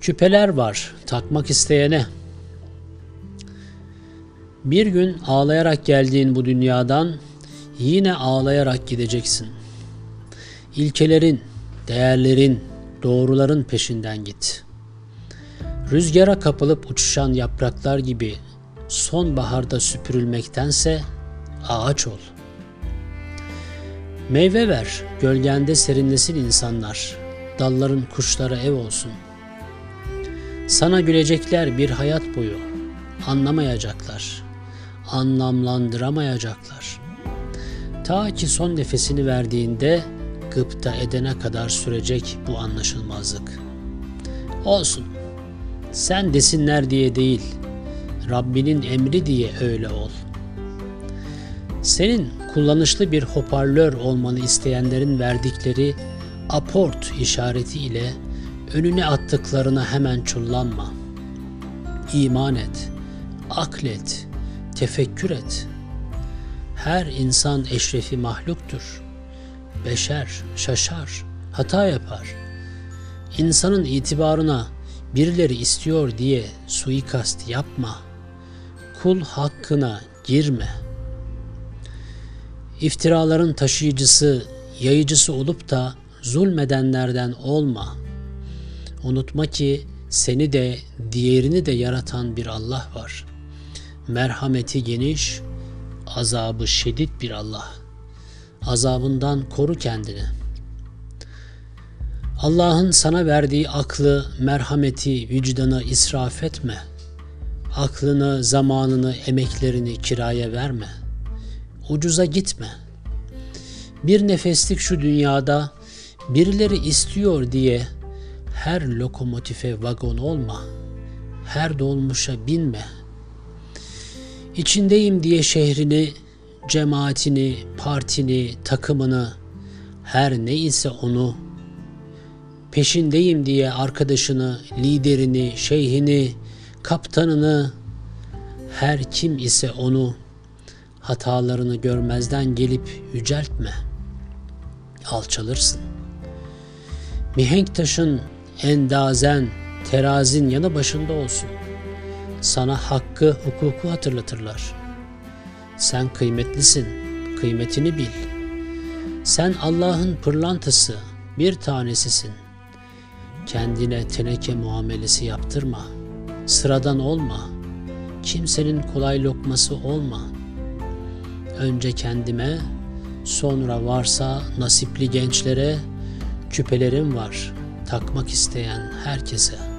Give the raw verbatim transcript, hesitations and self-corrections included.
Küpeler var takmak isteyene. Bir gün ağlayarak geldiğin bu dünyadan yine ağlayarak gideceksin. İlkelerin, değerlerin, doğruların peşinden git. Rüzgara kapılıp uçuşan yapraklar gibi sonbaharda süpürülmektense ağaç ol. Meyve ver, gölgende serinlesin insanlar, dalların kuşlara ev olsun. Sana gülecekler bir hayat boyu, anlamayacaklar, anlamlandıramayacaklar. Ta ki son nefesini verdiğinde gıpta edene kadar sürecek bu anlaşılmazlık. Olsun, sen desinler diye değil, Rabbinin emri diye öyle ol. Senin kullanışlı bir hoparlör olmanı isteyenlerin verdikleri aport işareti ile önüne attıklarına hemen çullanma. İman et, aklet, tefekkür et. Her insan eşrefi mahluktur. Beşer, şaşar, hata yapar. İnsanın itibarına birileri istiyor diye suikast yapma. Kul hakkına girme. İftiraların taşıyıcısı, yayıcısı olup da zulmedenlerden olma. Unutma ki seni de diğerini de yaratan bir Allah var. Merhameti geniş, azabı şiddet bir Allah. Azabından koru kendini. Allah'ın sana verdiği aklı, merhameti, vicdanı israf etme. Aklını, zamanını, emeklerini kiraya verme. Ucuza gitme. Bir nefeslik şu dünyada birileri istiyor diye her lokomotife vagon olma. Her dolmuşa binme. İçindeyim diye şehrini, cemaatini, partini, takımını, her neyse onu, peşindeyim diye arkadaşını, liderini, şeyhini, kaptanını, her kim ise onu, hatalarını görmezden gelip yüceltme. Alçalırsın. Mihenk taşın, endazen, terazin yanı başında olsun. Sana hakkı, hukuku hatırlatırlar. Sen kıymetlisin, kıymetini bil. Sen Allah'ın pırlantası, bir tanesisin. Kendine teneke muamelesi yaptırma. Sıradan olma. Kimsenin kolay lokması olma. Önce kendime, sonra varsa nasipli gençlere küpelerim var, takmak isteyen herkese.